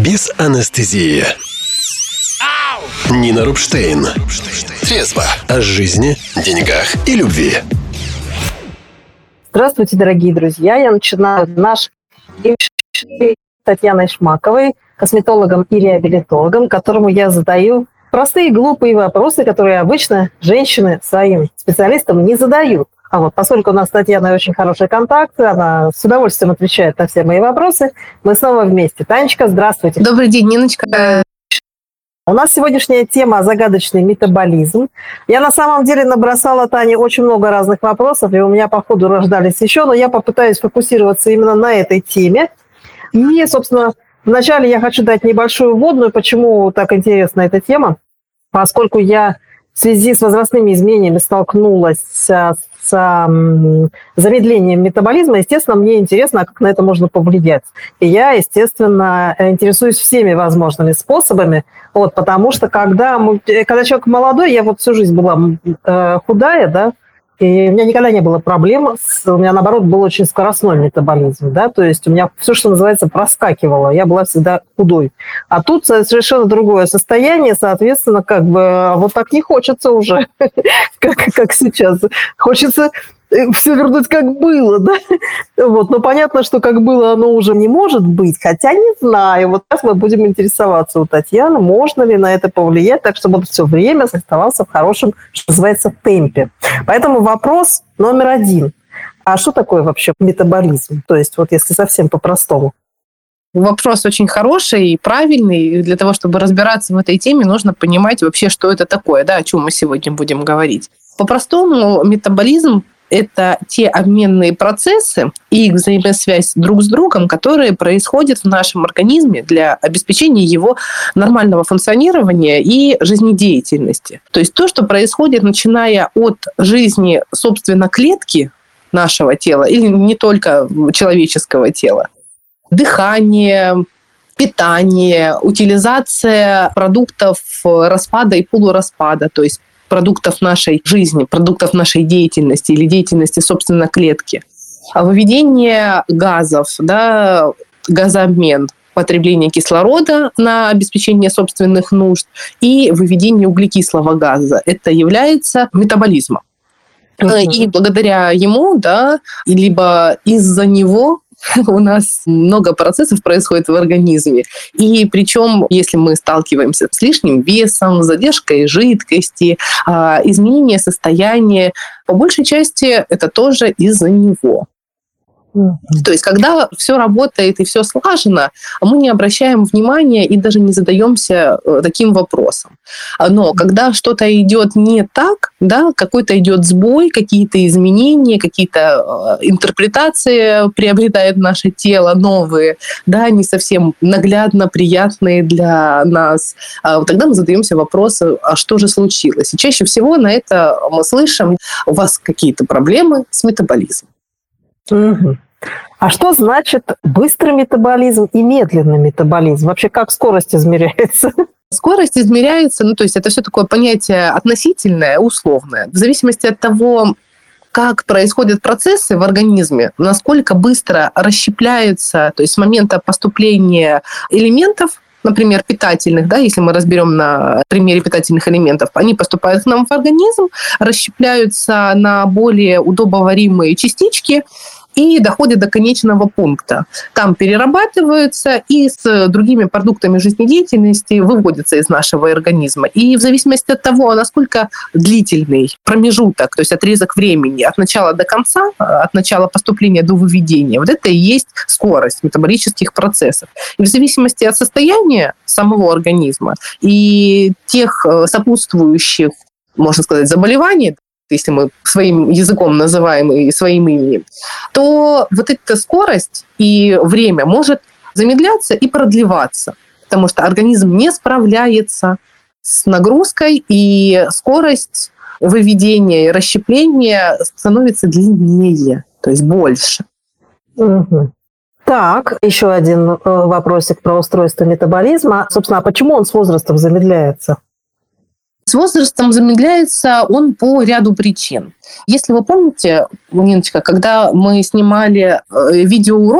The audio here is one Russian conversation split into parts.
без анестезии. Нина Рубштейн. Трезво о жизни, деньгах и любви. Здравствуйте, дорогие друзья. Я начинаю наш эфир с Татьяной Шмаковой, косметологом и реабилитологом, которому я задаю простые глупые вопросы, которые обычно женщины своим специалистам не задают. А вот поскольку у нас с Татьяной очень хороший контакт, она с удовольствием отвечает на все мои вопросы, мы снова вместе. Танечка, здравствуйте. Добрый день, Ниночка. У нас сегодняшняя тема – загадочный метаболизм. Я на самом деле набросала Тане очень много разных вопросов, и у меня по ходу рождались еще, но я попытаюсь фокусироваться именно на этой теме. И, собственно, вначале я хочу дать небольшую вводную, почему так интересна эта тема. Поскольку я в связи с возрастными изменениями столкнулась с замедлением метаболизма, естественно, мне интересно, как на это можно повлиять. И я, естественно, интересуюсь всеми возможными способами, потому что когда человек молодой, я всю жизнь была худая, да, и у меня никогда не было проблем, у меня, наоборот, был очень скоростной метаболизм, да, то есть у меня все, что называется, проскакивало, я была всегда худой. А тут совершенно другое состояние, соответственно, вот так не хочется уже, как сейчас. Хочется все вернуть, как было, да. Но понятно, что как было, оно уже не может быть, хотя не знаю. Вот сейчас мы будем интересоваться у Татьяны, можно ли на это повлиять, так чтобы он все время оставался в хорошем, что называется, темпе. Поэтому вопрос номер 1. А что такое вообще метаболизм? То есть если совсем по-простому. Вопрос очень хороший и правильный. И для того, чтобы разбираться в этой теме, нужно понимать вообще, что это такое, да, о чем мы сегодня будем говорить. По-простому, метаболизм – это те обменные процессы и их взаимосвязь друг с другом, которые происходят в нашем организме для обеспечения его нормального функционирования и жизнедеятельности. То есть то, что происходит, начиная от жизни, собственно, клетки нашего тела, или не только человеческого тела, дыхание, питание, утилизация продуктов распада и полураспада, то есть продуктов нашей жизни, продуктов нашей деятельности или деятельности, собственно, клетки. Выведение газов, да, газообмен, потребление кислорода на обеспечение собственных нужд и выведение углекислого газа. Это является метаболизмом. И благодаря ему, да, либо из-за него у нас много процессов происходит в организме. И причем, если мы сталкиваемся с лишним весом, задержкой жидкости, изменение состояния, по большей части это тоже из-за него. То есть, когда все работает и все слажено, мы не обращаем внимания и даже не задаемся таким вопросом. Но когда что-то идет не так, да, какой-то идет сбой, какие-то изменения, какие-то интерпретации приобретает наше тело новые, да, не совсем наглядно приятные для нас, тогда мы задаемся вопросом, а что же случилось? И чаще всего на это мы слышим: у вас какие-то проблемы с метаболизмом. А что значит быстрый метаболизм и медленный метаболизм? Вообще, как скорость измеряется? Скорость измеряется, то есть это все такое понятие относительное, условное. В зависимости от того, как происходят процессы в организме, насколько быстро расщепляются, то есть с момента поступления элементов, например, питательных, да, если мы разберем на примере питательных элементов, они поступают к нам в организм, расщепляются на более удобоваримые частички и доходят до конечного пункта. Там перерабатываются и с другими продуктами жизнедеятельности выводятся из нашего организма. И в зависимости от того, насколько длительный промежуток, то есть отрезок времени от начала до конца, от начала поступления до выведения, вот это и есть скорость метаболических процессов. И в зависимости от состояния самого организма и тех сопутствующих, можно сказать, заболеваний, если мы своим языком называем и своим именем, то вот эта скорость и время может замедляться и продлеваться, потому что организм не справляется с нагрузкой, и скорость выведения и расщепления становится длиннее, то есть больше. Так, еще один вопросик про устройство метаболизма. Собственно, а почему он с возрастом замедляется? С возрастом замедляется он по ряду причин. Если вы помните, Ниночка, когда мы снимали видеоуроки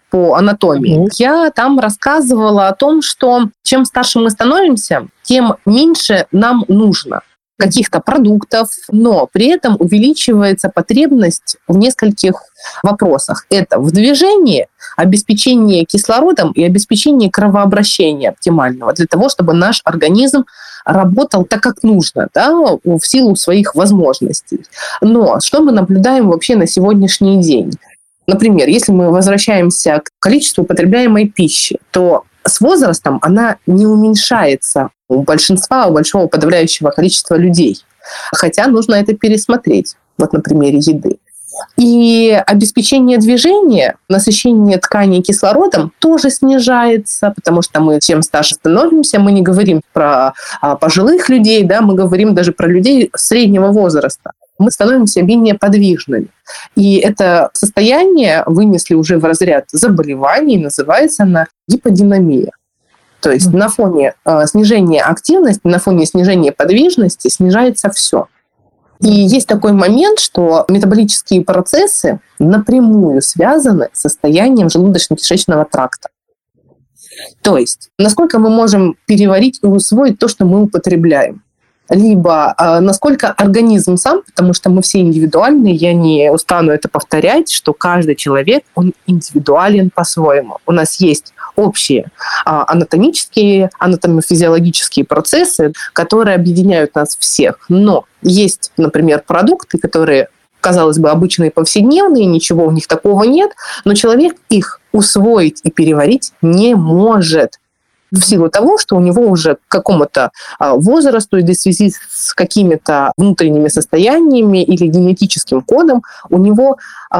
по анатомии, я там рассказывала о том, что чем старше мы становимся, тем меньше нам нужно каких-то продуктов, но при этом увеличивается потребность в нескольких вопросах. Это в движении, обеспечение кислородом и обеспечение кровообращения оптимального для того, чтобы наш организм работал так, как нужно, да, в силу своих возможностей. Но что мы наблюдаем вообще на сегодняшний день? Например, если мы возвращаемся к количеству потребляемой пищи, то с возрастом она не уменьшается у большинства, у большого подавляющего количества людей. Хотя нужно это пересмотреть, вот на примере еды. И обеспечение движения, насыщение тканей кислородом тоже снижается, потому что мы чем старше становимся, мы не говорим про пожилых людей, да, мы говорим даже про людей среднего возраста. Мы становимся менее подвижными. И это состояние вынесли уже в разряд заболеваний, называется она гиподинамия. То есть на фоне снижения активности, на фоне снижения подвижности снижается все. И есть такой момент, что метаболические процессы напрямую связаны с состоянием желудочно-кишечного тракта. То есть насколько мы можем переварить и усвоить то, что мы употребляем. Либо насколько организм сам, потому что мы все индивидуальны, я не устану это повторять, что каждый человек, он индивидуален по-своему. У нас есть общие анатомические, анатомофизиологические процессы, которые объединяют нас всех. Но есть, например, продукты, которые, казалось бы, обычные повседневные, ничего в них такого нет, но человек их усвоить и переварить не может. В силу того, что у него уже к какому-то возрасту или в связи с какими-то внутренними состояниями или генетическим кодом у него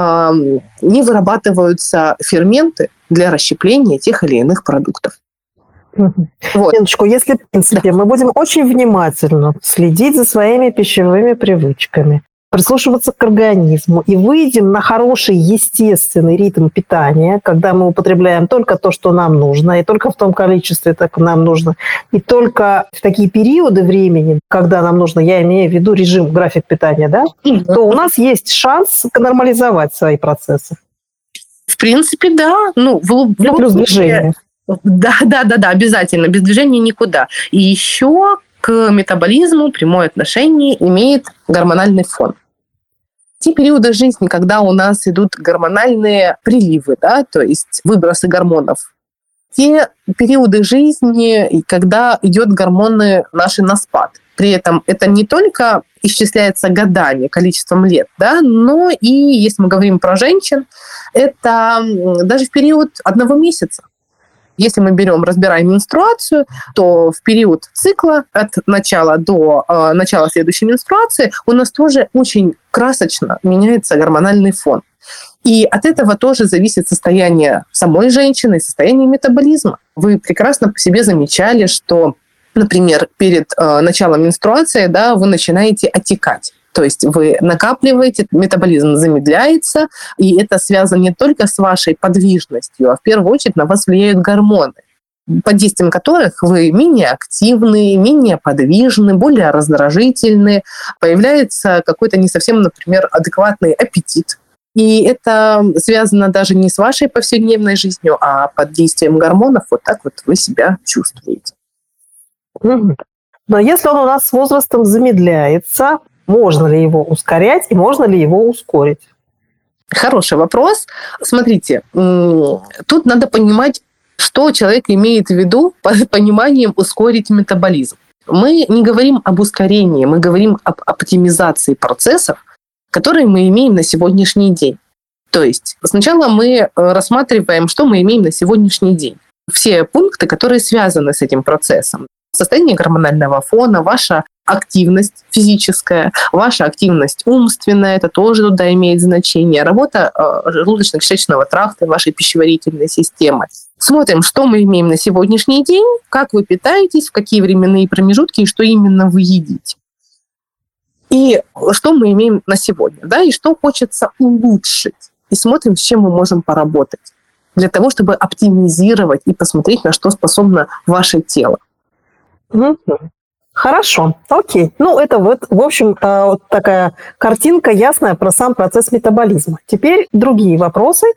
не вырабатываются ферменты для расщепления тех или иных продуктов. Вот. Леночка, если, в принципе, мы будем очень внимательно следить за своими пищевыми привычками, прислушиваться к организму и выйдем на хороший естественный ритм питания, когда мы употребляем только то, что нам нужно, и только в том количестве, как нам нужно, и только в такие периоды времени, когда нам нужно, я имею в виду режим, график питания, да, то у нас есть шанс нормализовать свои процессы. В принципе, да. Ну, плюс движение. Да, обязательно. Без движения никуда. И еще к метаболизму прямое отношение имеет гормональный фон. Те периоды жизни, когда у нас идут гормональные приливы, да, то есть выбросы гормонов, те периоды жизни, когда идет гормоны наши на спад. При этом это не только исчисляется годами, количеством лет, да, но и, если мы говорим про женщин, это даже в период 1 месяца. Если мы разбираем менструацию, то в период цикла от начала до начала следующей менструации у нас тоже очень красочно меняется гормональный фон. И от этого тоже зависит состояние самой женщины, состояние метаболизма. Вы прекрасно по себе замечали, что, например, перед началом менструации, да, вы начинаете отекать. То есть вы накапливаете, метаболизм замедляется, и это связано не только с вашей подвижностью, а в первую очередь на вас влияют гормоны, под действием которых вы менее активны, менее подвижны, более раздражительны, появляется какой-то не совсем, например, адекватный аппетит. И это связано даже не с вашей повседневной жизнью, а под действием гормонов вот так вот вы себя чувствуете. Но если он у нас с возрастом замедляется, можно ли его ускорять и можно ли его ускорить? Хороший вопрос. Смотрите, тут надо понимать, что человек имеет в виду под пониманием ускорить метаболизм. Мы не говорим об ускорении, мы говорим об оптимизации процессов, которые мы имеем на сегодняшний день. То есть сначала мы рассматриваем, что мы имеем на сегодняшний день. Все пункты, которые связаны с этим процессом. Состояние гормонального фона, ваша активность физическая, ваша активность умственная, это тоже туда имеет значение, работа желудочно-кишечного тракта, вашей пищеварительной системы. Смотрим, что мы имеем на сегодняшний день, как вы питаетесь, в какие временные промежутки и что именно вы едите. И что мы имеем на сегодня, да, и что хочется улучшить. И смотрим, с чем мы можем поработать для того, чтобы оптимизировать и посмотреть, на что способно ваше тело. Хорошо, окей. Ну, это вот, в общем, такая картинка ясная про сам процесс метаболизма. Теперь другие вопросы.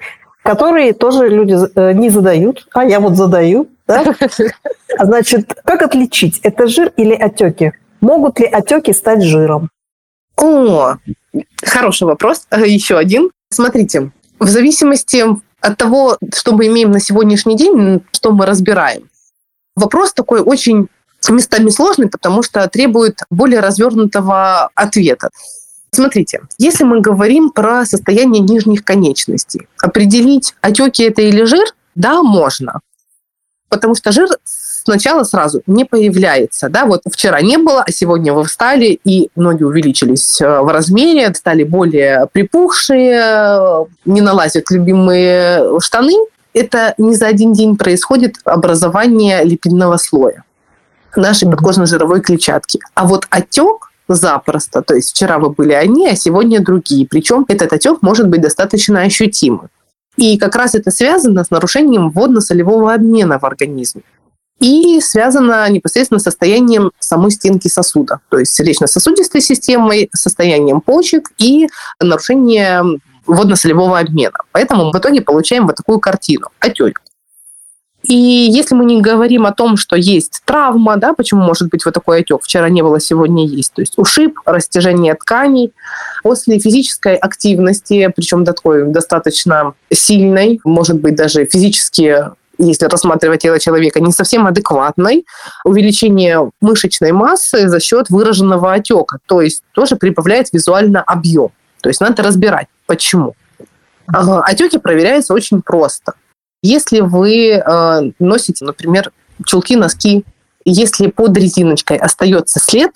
которые тоже люди не задают, а я вот задаю. Да? Значит, как отличить, это жир или отеки? Могут ли отеки стать жиром? О, хороший вопрос. Еще один. Смотрите, в зависимости от того, что мы имеем на сегодняшний день, что мы разбираем, вопрос такой очень местами сложный, потому что требует более развернутого ответа. Смотрите, если мы говорим про состояние нижних конечностей, определить, отеки это или жир, да, можно. Потому что жир сначала сразу не появляется. Да? Вот вчера не было, а сегодня вы встали, и ноги увеличились в размере, стали более припухшие, не налазят любимые штаны. Это не за один день происходит образование липидного слоя нашей подкожно-жировой клетчатки. А вот отек запросто. То есть вчера вы были одни, а сегодня другие. Причем этот отек может быть достаточно ощутимым. И как раз это связано с нарушением водно-солевого обмена в организме. И связано непосредственно с состоянием самой стенки сосуда, то есть сердечно-сосудистой системой, состоянием почек и нарушением водно-солевого обмена. Поэтому в итоге получаем вот такую картину – отек. И если мы не говорим о том, что есть травма, да, почему может быть вот такой отек, вчера не было, сегодня есть, то есть ушиб, растяжение тканей, после физической активности, причем такой достаточно сильной, может быть даже физически, если рассматривать тело человека, не совсем адекватной, увеличение мышечной массы за счет выраженного отека, то есть тоже прибавляет визуально объем. То есть надо разбирать, почему. Отеки проверяются очень просто. Если вы носите, например, чулки, носки, если под резиночкой остается след,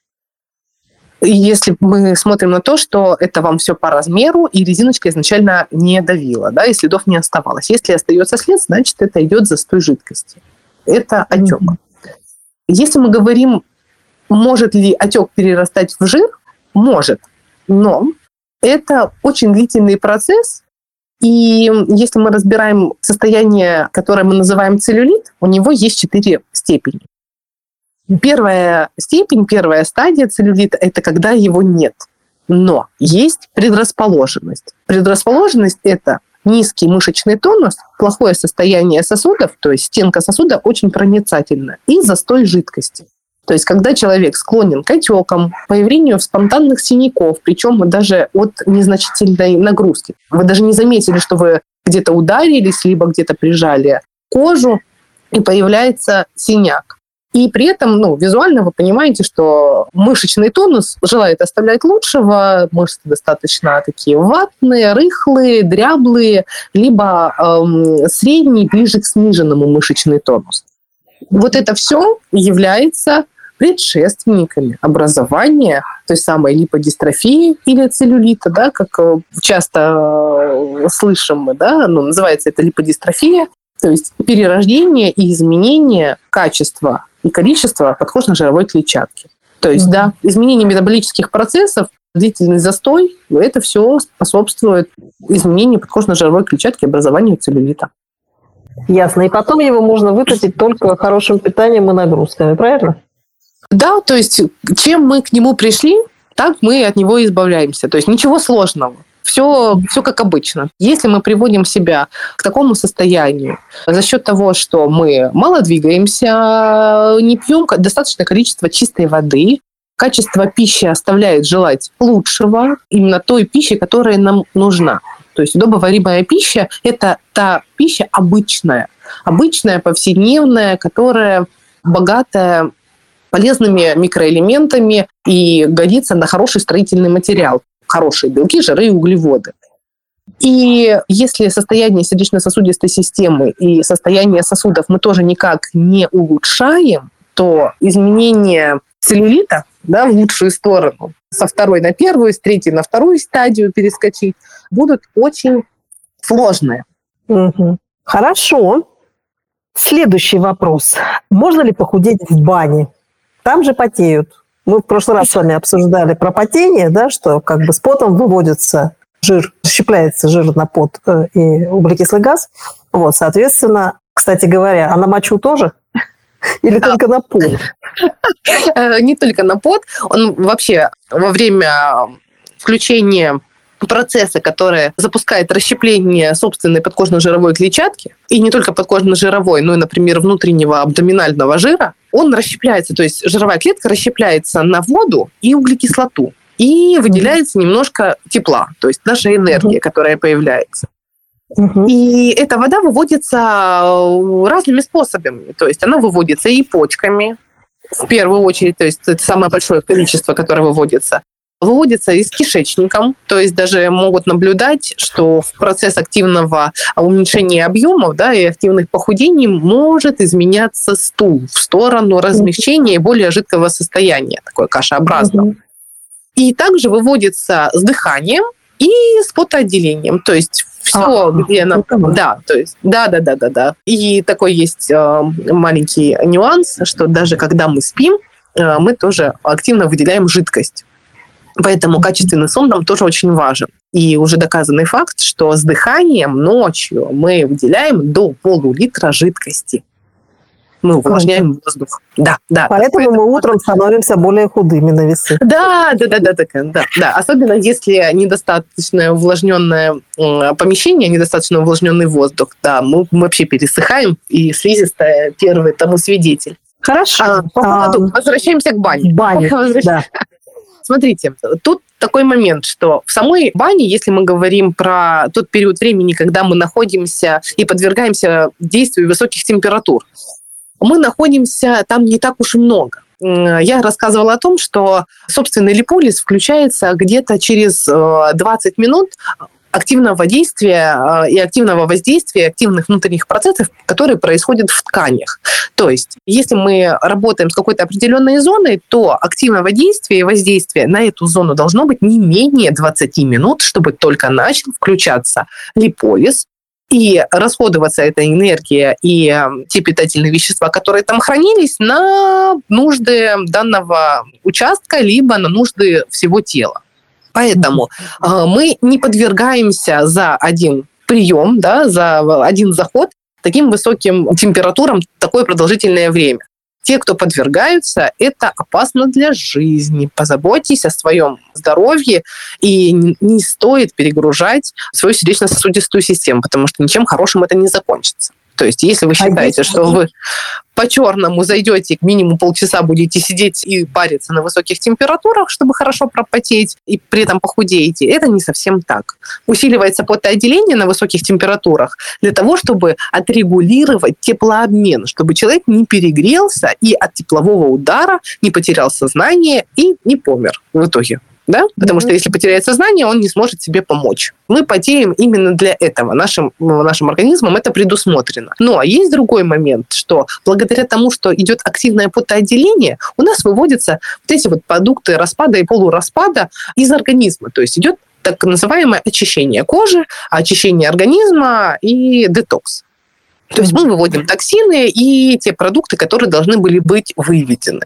если мы смотрим на то, что это вам все по размеру, и резиночка изначально не давила, да, и следов не оставалось. Если остается след, значит, это идет застой жидкости. Это отек. Если мы говорим, может ли отек перерастать в жир, может, но это очень длительный процесс. И если мы разбираем состояние, которое мы называем целлюлит, у него есть 4 степени. Первая степень, первая стадия целлюлита – это когда его нет. Но есть предрасположенность. Предрасположенность – это низкий мышечный тонус, плохое состояние сосудов, то есть стенка сосуда очень проницательна, и застой жидкости. То есть когда человек склонен к отекам, появлению спонтанных синяков, причем даже от незначительной нагрузки. Вы даже не заметили, что вы где-то ударились, либо где-то прижали кожу, и появляется синяк. И при этом визуально вы понимаете, что мышечный тонус желает оставлять лучшего, мышцы достаточно такие ватные, рыхлые, дряблые, либо средний, ближе к сниженному мышечный тонус. Вот это все является предшественниками образования той самой липодистрофии или целлюлита, да, как часто слышим мы, да, называется это липодистрофия, то есть перерождение и изменение качества и количества подкожно-жировой клетчатки. То есть, да, изменение метаболических процессов, длительный застой, это все способствует изменению подкожно-жировой клетчатки и образованию целлюлита. Ясно. И потом его можно выкатить только хорошим питанием и нагрузками, правильно? Да, то есть чем мы к нему пришли, так мы от него избавляемся. То есть ничего сложного. Все как обычно. Если мы приводим себя к такому состоянию за счет того, что мы мало двигаемся, не пьем достаточное количество чистой воды, качество пищи оставляет желать лучшего, именно той пищи, которая нам нужна. То есть удобоваримая пища – это та пища обычная, повседневная, которая богатая полезными микроэлементами и годится на хороший строительный материал, хорошие белки, жиры и углеводы. И если состояние сердечно-сосудистой системы и состояние сосудов мы тоже никак не улучшаем, то изменение целлюлита, да, в лучшую сторону, со второй на первую, с третьей на вторую стадию перескочить, будут очень сложные. Угу. Хорошо. Следующий вопрос. Можно ли похудеть в бане? Там же потеют. Мы в прошлый раз с вами обсуждали про потение, да, что как бы с потом выводится жир, расщепляется жир на пот и углекислый газ. Вот, соответственно, кстати говоря, а на мочу тоже? Или только на пот? Не только на пот. Он вообще во время включения процессы, которые запускают расщепление собственной подкожно-жировой клетчатки, и не только подкожно-жировой, но и, например, внутреннего абдоминального жира, он расщепляется, то есть жировая клетка расщепляется на воду и углекислоту, и выделяется немножко тепла, то есть наша энергия, которая появляется. И эта вода выводится разными способами, то есть она выводится и почками, в первую очередь, то есть это самое большое количество, которое выводится и с кишечником, то есть даже могут наблюдать, что в процесс активного уменьшения объемов, да, и активных похудений может изменяться стул в сторону размягчения и более жидкого состояния, такое кашеобразное. И также выводится с дыханием и с потоотделением, то есть все, где она... Да, то есть, да. И такой есть маленький нюанс, что даже когда мы спим, мы тоже активно выделяем жидкость. Поэтому качественный сон нам тоже очень важен. И уже доказанный факт, что с дыханием ночью мы выделяем до пол-литра жидкости. Мы увлажняем воздух. Да. Поэтому мы утром становимся более худыми на весы. Да. Особенно если недостаточно увлажненное помещение, недостаточно увлажненный воздух. Да, мы вообще пересыхаем, и слизистая первый тому свидетель. Хорошо. Возвращаемся к бане. Да. Смотрите, тут такой момент, что в самой бане, если мы говорим про тот период времени, когда мы находимся и подвергаемся действию высоких температур, мы находимся там не так уж и много. Я рассказывала о том, что собственный липолиз включается где-то через 20 минут активного действия и активного воздействия активных внутренних процессов, которые происходят в тканях. То есть, если мы работаем с какой-то определенной зоной, то активного действия и воздействия на эту зону должно быть не менее 20 минут, чтобы только начал включаться липолиз, и расходоваться эта энергия и те питательные вещества, которые там хранились, на нужды данного участка, либо на нужды всего тела. Поэтому мы не подвергаемся за один прием, да, за один заход таким высоким температурам такое продолжительное время. Те, кто подвергаются, это опасно для жизни. Позаботьтесь о своем здоровье, и не стоит перегружать свою сердечно-сосудистую систему, потому что ничем хорошим это не закончится. То есть, если вы считаете, что вы по-черному зайдете, минимум полчаса будете сидеть и париться на высоких температурах, чтобы хорошо пропотеть, и при этом похудеете, это не совсем так. Усиливается потоотделение на высоких температурах для того, чтобы отрегулировать теплообмен, чтобы человек не перегрелся и от теплового удара не потерял сознание и не помер в итоге. Да? Потому что если потеряет сознание, он не сможет себе помочь. Мы потеем именно для этого. Нашим организмом это предусмотрено. Но есть другой момент, что благодаря тому, что идет активное потоотделение, у нас выводятся вот эти вот продукты распада и полураспада из организма. То есть идет так называемое очищение кожи, очищение организма и детокс. То есть мы выводим токсины и те продукты, которые должны были быть выведены.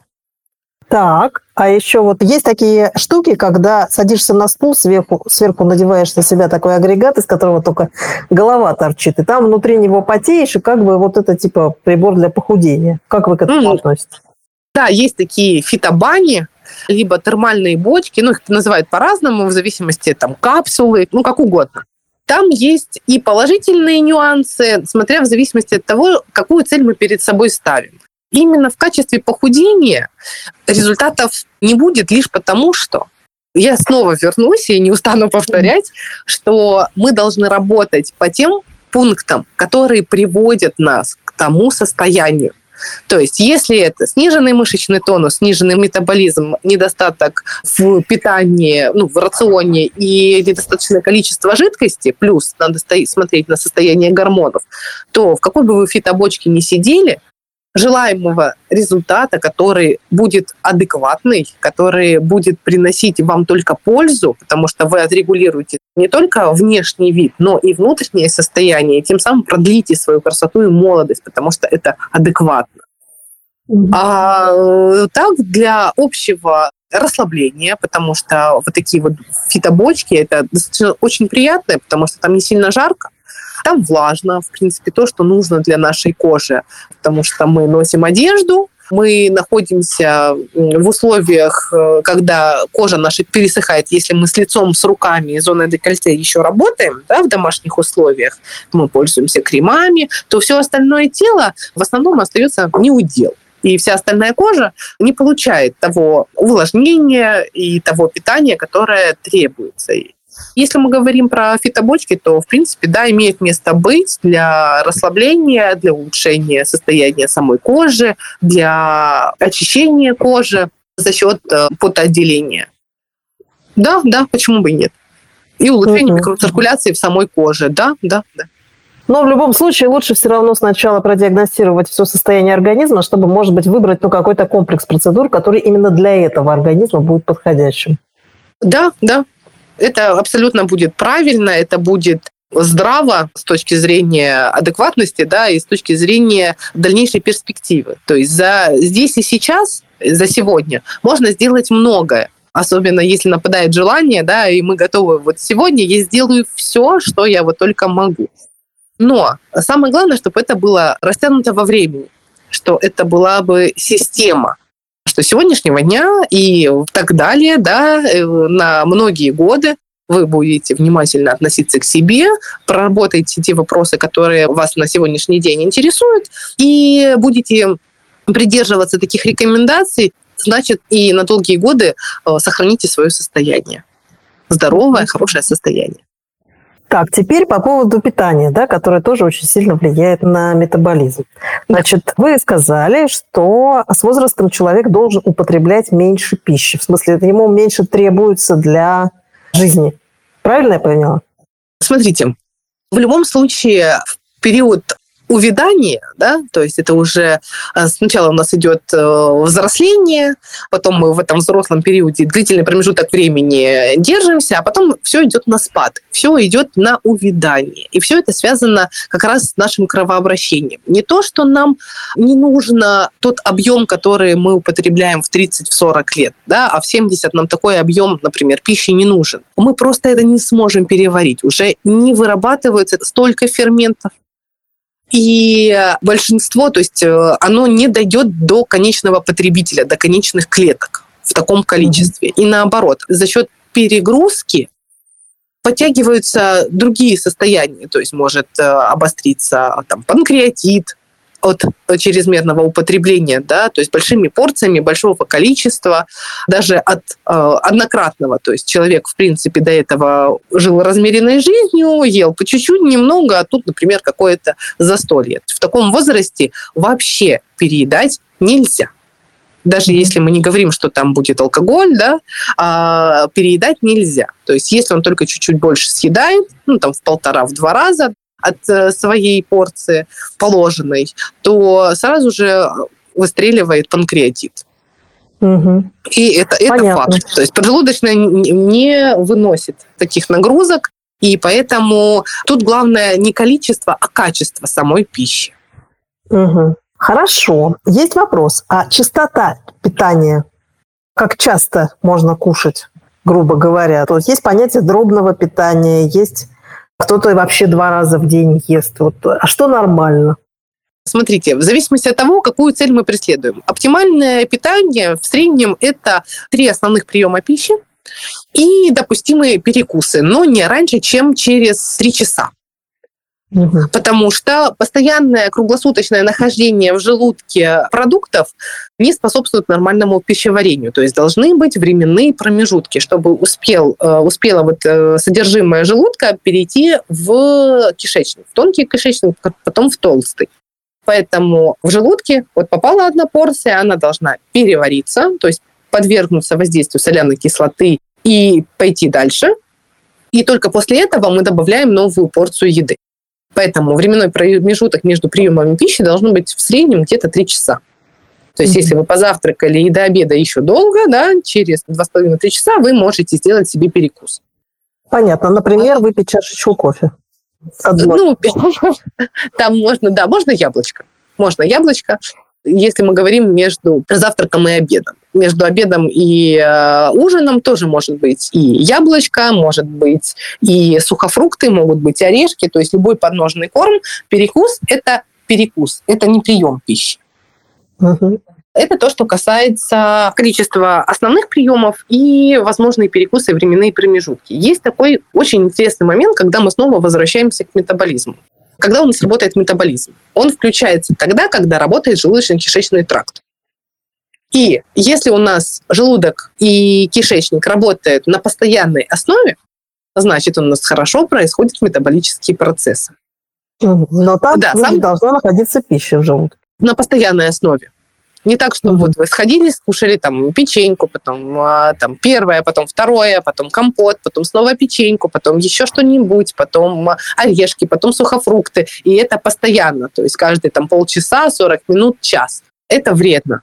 Так, а еще вот есть такие штуки, когда садишься на стул, сверху надеваешь на себя такой агрегат, из которого только голова торчит, и там внутри него потеешь, и как бы вот это типа прибор для похудения. Как вы к этому относитесь? Да, есть такие фитобани, либо термальные бочки, их называют по-разному, в зависимости, там, капсулы, как угодно. Там есть и положительные нюансы, смотря в зависимости от того, какую цель мы перед собой ставим. Именно в качестве похудения результатов не будет лишь потому, что я снова вернусь и не устану повторять, что мы должны работать по тем пунктам, которые приводят нас к тому состоянию. То есть если это сниженный мышечный тонус, сниженный метаболизм, недостаток в питании, в рационе и недостаточное количество жидкости, плюс надо смотреть на состояние гормонов, то в какой бы вы фитобочке ни сидели, желаемого результата, который будет адекватный, который будет приносить вам только пользу, потому что вы отрегулируете не только внешний вид, но и внутреннее состояние, и тем самым продлите свою красоту и молодость, потому что это адекватно. А так, для общего расслабления, потому что вот такие вот фитобочки, это достаточно очень приятно, потому что там не сильно жарко, там влажно, в принципе, то, что нужно для нашей кожи, потому что мы носим одежду, мы находимся в условиях, когда кожа наша пересыхает, если мы с лицом, с руками и зоной декольте еще работаем, да, в домашних условиях, мы пользуемся кремами, то все остальное тело в основном остается неудел. И вся остальная кожа не получает того увлажнения и того питания, которое требуется ей. Если мы говорим про фитобочки, то, в принципе, да, имеет место быть для расслабления, для улучшения состояния самой кожи, для очищения кожи за счет потоотделения. Да, почему бы и нет. И улучшение микроциркуляции в самой коже, да. Но в любом случае лучше все равно сначала продиагностировать все состояние организма, чтобы, может быть, выбрать какой-то комплекс процедур, который именно для этого организма будет подходящим. Да. Это абсолютно будет правильно, это будет здраво с точки зрения адекватности, да, и с точки зрения дальнейшей перспективы. То есть за здесь и сейчас, за сегодня, можно сделать многое. Особенно если нападает желание, да, и мы готовы вот сегодня я сделаю все, что я вот только могу. Но самое главное, чтобы это было растянуто во времени, что это была бы система, что сегодняшнего дня и так далее, да, на многие годы вы будете внимательно относиться к себе, проработаете те вопросы, которые вас на сегодняшний день интересуют, и будете придерживаться таких рекомендаций, значит, и на долгие годы сохраните свое состояние. Здоровое, хорошее состояние. Так, теперь по поводу питания, да, которое тоже очень сильно влияет на метаболизм. Значит, вы сказали, что с возрастом человек должен употреблять меньше пищи. В смысле, ему меньше требуется для жизни. Правильно я поняла? Смотрите, в любом случае в период увядания, да, то есть это уже сначала у нас идет взросление, потом мы в этом взрослом периоде длительный промежуток времени держимся, а потом все идет на спад, все идет на увядание. И все это связано как раз с нашим кровообращением. Не то, что нам не нужно тот объем, который мы употребляем в 30-40 лет, да, а в 70 нам такой объем, например, пищи не нужен. Мы просто это не сможем переварить. Уже не вырабатывается столько ферментов. И большинство, то есть оно не дойдет до конечного потребителя, до конечных клеток в таком количестве. И наоборот, за счет перегрузки подтягиваются другие состояния. То есть может обостриться панкреатит от чрезмерного употребления, да, то есть большими порциями, большого количества, даже от однократного. То есть человек, в принципе, до этого жил размеренной жизнью, ел по чуть-чуть, немного, а тут, например, какое-то застолье. В таком возрасте вообще переедать нельзя. Даже если мы не говорим, что там будет алкоголь, да, переедать нельзя. То есть если он только чуть-чуть больше съедает, в 1,5-2 раза, от своей порции положенной, то сразу же выстреливает панкреатит. И это факт. То есть поджелудочная не выносит таких нагрузок, и поэтому тут главное не количество, а качество самой пищи. Хорошо. Есть вопрос. А частота питания? Как часто можно кушать, грубо говоря? То есть понятие дробного питания, есть... Кто-то вообще 2 раза в день ест. А что нормально? Смотрите, в зависимости от того, какую цель мы преследуем. Оптимальное питание в среднем это 3 основных приема пищи и допустимые перекусы, но не раньше, чем через 3 часа. Потому что постоянное круглосуточное нахождение в желудке продуктов не способствует нормальному пищеварению. То есть должны быть временные промежутки, чтобы успело содержимое желудка перейти в кишечник, в тонкий кишечник, потом в толстый. Поэтому в желудке попала одна порция, она должна перевариться, то есть подвергнуться воздействию соляной кислоты и пойти дальше. И только после этого мы добавляем новую порцию еды. Поэтому временной промежуток между приемами пищи должен быть в среднем где-то 3 часа. То есть если вы позавтракали и до обеда еще долго, да, через 2,5-3 часа вы можете сделать себе перекус. Понятно. Например, выпить чашечку кофе. Там можно яблочко. Можно яблочко, если мы говорим между завтраком и обедом. Между обедом и ужином тоже может быть и яблочко, может быть и сухофрукты, могут быть орешки, то есть любой подножный корм. Перекус – это перекус, это не прием пищи. Это то, что касается количества основных приемов и возможные перекусы, временные промежутки. Есть такой очень интересный момент, когда мы снова возвращаемся к метаболизму. Когда у нас работает метаболизм? Он включается тогда, когда работает желудочно-кишечный тракт. И если у нас желудок и кишечник работают на постоянной основе, значит, у нас хорошо происходят метаболические процессы. Но там должна находиться пища в желудке. На постоянной основе. Не так, что вот вы сходили, скушали там печеньку, потом там первое, потом второе, потом компот, потом снова печеньку, потом еще что-нибудь, потом орешки, потом сухофрукты. И это постоянно, то есть каждые там полчаса, 40 минут, час. Это вредно.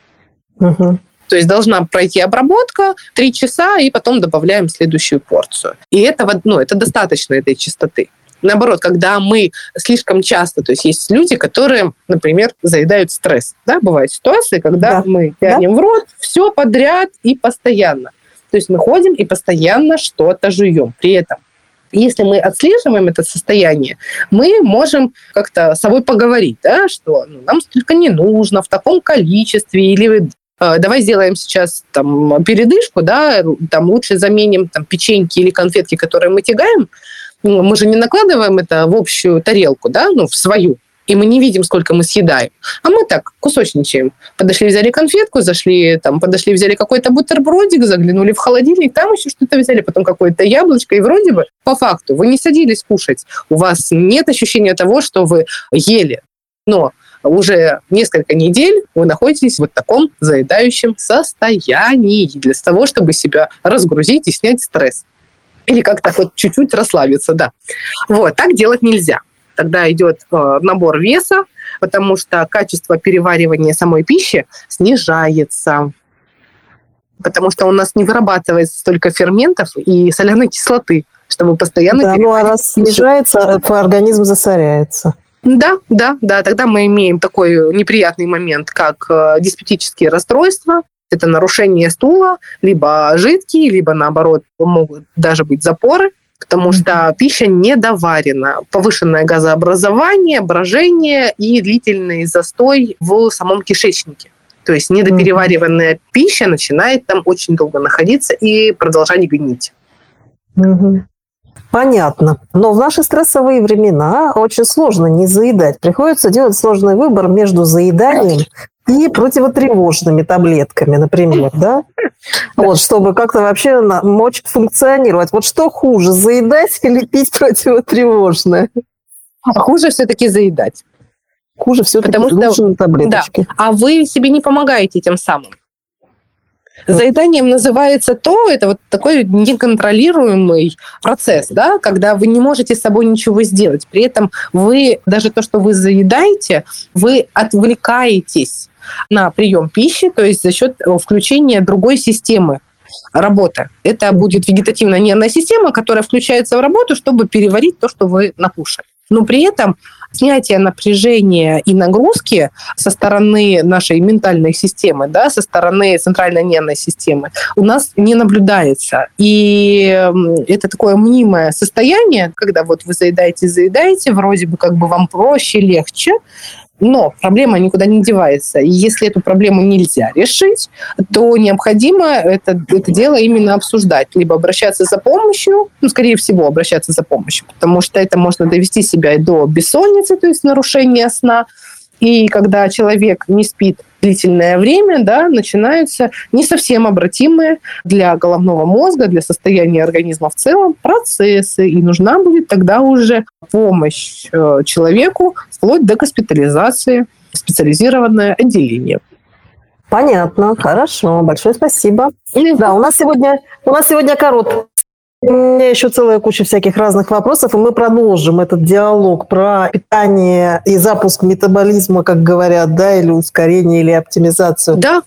То есть должна пройти обработка 3 часа, и потом добавляем следующую порцию. И этого, это достаточно этой частоты. Наоборот, когда мы слишком часто, то есть есть люди, которые, например, заедают стресс. Да? Бывают ситуации, когда мы тянем в рот все подряд и постоянно. То есть мы ходим и постоянно что-то жуем. При этом, если мы отслеживаем это состояние, мы можем как-то с собой поговорить, да, что нам столько не нужно в таком количестве, или давай сделаем сейчас там передышку, да, там лучше заменим там печеньки или конфетки, которые мы тягаем. Мы же не накладываем это в общую тарелку, да, в свою, и мы не видим, сколько мы съедаем. А мы так кусочничаем. Подошли, взяли конфетку, подошли, взяли какой-то бутербродик, заглянули в холодильник, там еще что-то взяли, потом какое-то яблочко, и вроде бы по факту вы не садились кушать. У вас нет ощущения того, что вы ели. Но уже несколько недель вы находитесь в таком заедающем состоянии для того, чтобы себя разгрузить и снять стресс. Или как-то хоть чуть-чуть расслабиться, да. Вот, так делать нельзя. Тогда идет набор веса, потому что качество переваривания самой пищи снижается. Потому что у нас не вырабатывается столько ферментов и соляной кислоты, чтобы постоянно переваривать. А раз снижается, организм засоряется. Да. Тогда мы имеем такой неприятный момент, как диспептические расстройства. Это нарушение стула, либо жидкие, либо, наоборот, могут даже быть запоры, потому что пища недоварена. Повышенное газообразование, брожение и длительный застой в самом кишечнике. То есть недоперевариванная пища начинает там очень долго находиться и продолжать гнить. Понятно. Но в наши стрессовые времена очень сложно не заедать. Приходится делать сложный выбор между заеданием и противотревожными таблетками, например, да? Вот, чтобы как-то вообще мочь функционировать. Вот что хуже, заедать или пить противотревожное? Хуже все-таки заедать. Хуже все-таки лучше таблеточки. Да. А вы себе не помогаете тем самым. Заеданием называется это вот такой неконтролируемый процесс, да, когда вы не можете с собой ничего сделать. При этом вы, даже то, что вы заедаете, вы отвлекаетесь на прием пищи, то есть за счет включения другой системы работы. Это будет вегетативная нервная система, которая включается в работу, чтобы переварить то, что вы накушали. Но при этом снятие напряжения и нагрузки со стороны нашей ментальной системы, да, со стороны центральной нервной системы у нас не наблюдается. И это такое мнимое состояние, когда вот вы заедаете, вроде бы как бы вам проще, легче, но проблема никуда не девается. И если эту проблему нельзя решить, то необходимо это дело именно обсуждать. Либо обращаться за помощью, скорее всего, обращаться за помощью, потому что это можно довести себя до бессонницы, то есть нарушения сна. И когда человек не спит длительное время, да, начинаются не совсем обратимые для головного мозга, для состояния организма в целом процессы. И нужна будет тогда уже помощь человеку вплоть до госпитализации в специализированное отделение. Понятно, хорошо, большое спасибо. Да, у нас сегодня короткий. У меня еще целая куча всяких разных вопросов, и мы продолжим этот диалог про питание и запуск метаболизма, как говорят, да, или ускорение, или оптимизацию. Да.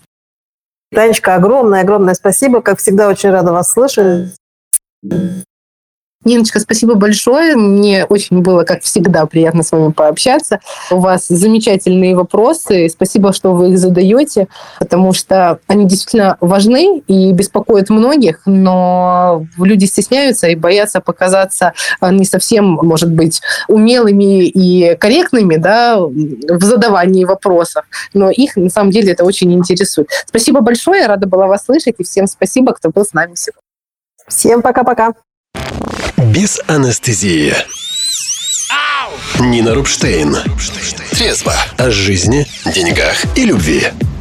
Танечка, огромное спасибо. Как всегда, очень рада вас слышать. Ниночка, спасибо большое. Мне очень было, как всегда, приятно с вами пообщаться. У вас замечательные вопросы. Спасибо, что вы их задаете, потому что они действительно важны и беспокоят многих, но люди стесняются и боятся показаться не совсем, может быть, умелыми и корректными, да, в задавании вопросов. Но их, на самом деле, это очень интересует. Спасибо большое. Я рада была вас слышать. И всем спасибо, кто был с нами сегодня. Всем пока-пока. Без анестезии. Нина Рубштейн. Трезво о жизни, деньгах и любви.